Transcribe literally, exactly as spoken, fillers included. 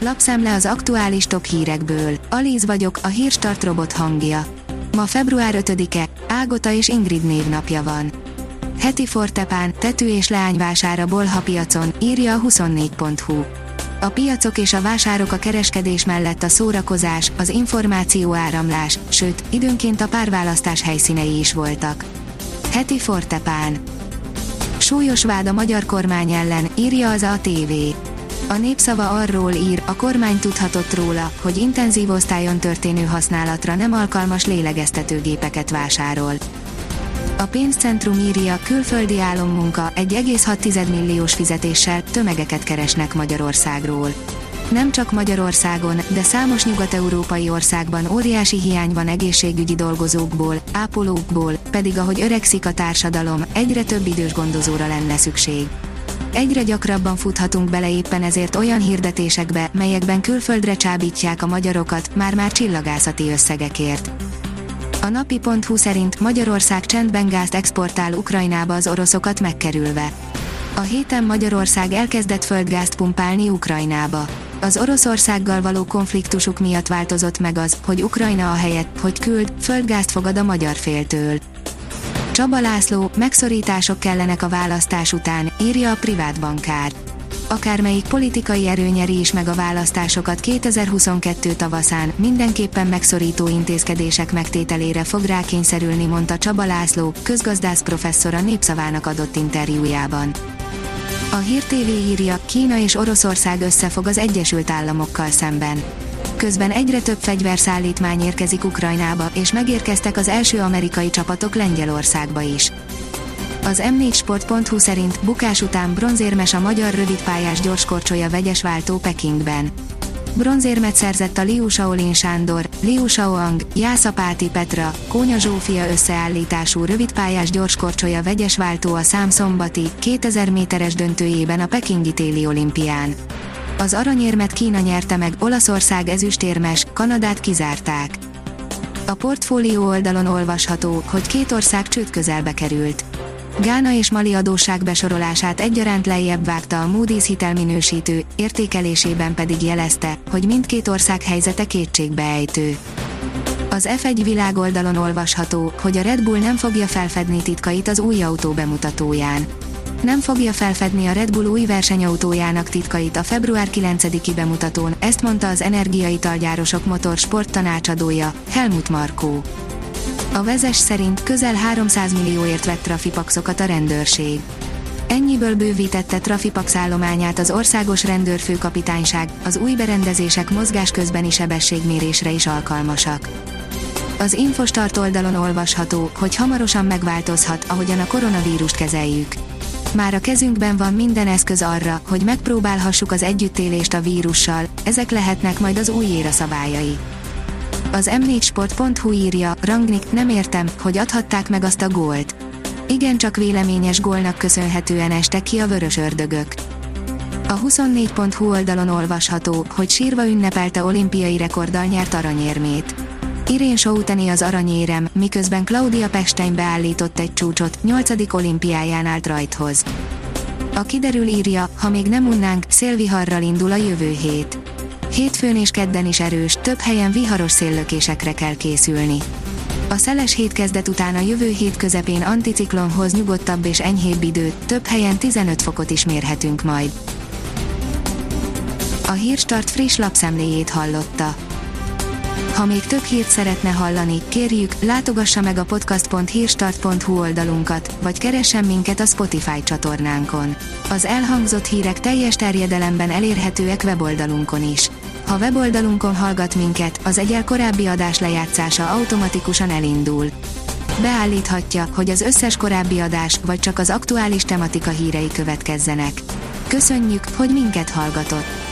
Lapszemle az aktuális top hírekből. Alíz vagyok, a Hírstart robot hangja. Ma február ötödike, Ágota és Ingrid névnapja van. Heti fortepán, tetű és leányvásár a Bolha piacon, írja a huszonnégy pont hu. A piacok és a vásárok a kereskedés mellett a szórakozás, az információ áramlás, sőt, időnként a párválasztás helyszínei is voltak. Heti fortepán. Súlyos vád a magyar kormány ellen, írja az á té vé. A Népszava arról ír, a kormány tudhatott róla, hogy intenzív osztályon történő használatra nem alkalmas lélegeztetőgépeket vásárol. A Pénzcentrum írja, külföldi álommunka, egy egész hat milliós fizetéssel tömegeket keresnek Magyarországról. Nem csak Magyarországon, de számos nyugat-európai országban óriási hiány van egészségügyi dolgozókból, ápolókból, pedig ahogy öregszik a társadalom, egyre több idős gondozóra lenne szükség. Egyre gyakrabban futhatunk bele éppen ezért olyan hirdetésekbe, melyekben külföldre csábítják a magyarokat, már-már csillagászati összegekért. A napi pont hu szerint Magyarország csendben gázt exportál Ukrajnába az oroszokat megkerülve. A héten Magyarország elkezdett földgázt pumpálni Ukrajnába. Az Oroszországgal való konfliktusuk miatt változott meg az, hogy Ukrajna ahelyett, hogy küld, földgázt fogad a magyar féltől. Csaba László, megszorítások kellenek a választás után, írja a privát bankár. Akármelyik politikai erő nyeri is meg a választásokat kétezer-huszonkettő tavaszán, mindenképpen megszorító intézkedések megtételére fog rákényszerülni, mondta Csaba László, közgazdász professzor a Népszavának adott interjújában. A Hír té vé írja, Kína és Oroszország összefog az Egyesült Államokkal szemben. Közben egyre több fegyverszállítmány érkezik Ukrajnába, és megérkeztek az első amerikai csapatok Lengyelországba is. Az em négy sport pont hu szerint bukás után bronzérmes a magyar rövidpályás gyorskorcsolya vegyes váltó Pekingben. Bronzérmet szerzett a Liu Shaolin Sándor, Liu Shaoang, Jászapáti Petra, Kónya Zsófia összeállítású rövidpályás gyorskorcsolya vegyes váltó a számszombati, kétezer méteres döntőjében a pekingi téli olimpián. Az aranyérmet Kína nyerte meg, Olaszország ezüstérmes, Kanadát kizárták. A Portfólió oldalon olvasható, hogy két ország csőd közelbe került. Gána és Mali adósság besorolását egyaránt lejjebb vágta a Moody's hitelminősítő, értékelésében pedig jelezte, hogy mindkét ország helyzete kétségbeejtő. Az ef egy világoldalon olvasható, hogy a Red Bull nem fogja felfedni titkait az új autó bemutatóján. Nem fogja felfedni a Red Bull új versenyautójának titkait a február kilencediki bemutatón, ezt mondta az energiaitalgyárosok motorsport tanácsadója, Helmut Markó. A Vezes szerint közel háromszáz millióért vett trafipaxokat a rendőrség. Ennyiből bővítette trafipax állományát az országos rendőrfőkapitányság, az új berendezések mozgás közbeni sebességmérésre is alkalmasak. Az Infostart oldalon olvasható, hogy hamarosan megváltozhat, ahogyan a koronavírust kezeljük. Már a kezünkben van minden eszköz arra, hogy megpróbálhassuk az együttélést a vírussal, ezek lehetnek majd az új éra szabályai. Az em négy sport pont hu írja, Rangnick, nem értem, hogy adhatták meg azt a gólt. Igencsak véleményes gólnak köszönhetően estek ki a vörös ördögök. A huszonnégy pont hu oldalon olvasható, hogy sírva ünnepelte olimpiai rekorddal nyert aranyérmét. Irén Schouteni az aranyérem, miközben Claudia Pechstein beállított egy csúcsot, nyolcadik olimpiáján állt rajthoz. A Kiderül írja, ha még nem unnánk, szélviharral indul a jövő hét. Hétfőn és kedden is erős, több helyen viharos széllökésekre kell készülni. A szeles hétkezdet után a jövő hét közepén anticiklonhoz nyugodtabb és enyhébb időt, több helyen tizenöt fokot is mérhetünk majd. A Hírstart friss lapszemléjét hallotta. Ha még több hírt szeretne hallani, kérjük, látogassa meg a podcast pont hírstart pont hu oldalunkat, vagy keressen minket a Spotify csatornánkon. Az elhangzott hírek teljes terjedelemben elérhetőek weboldalunkon is. Ha weboldalunkon hallgat minket, az egyel korábbi adás lejátszása automatikusan elindul. Beállíthatja, hogy az összes korábbi adás, vagy csak az aktuális tematika hírei következzenek. Köszönjük, hogy minket hallgatott!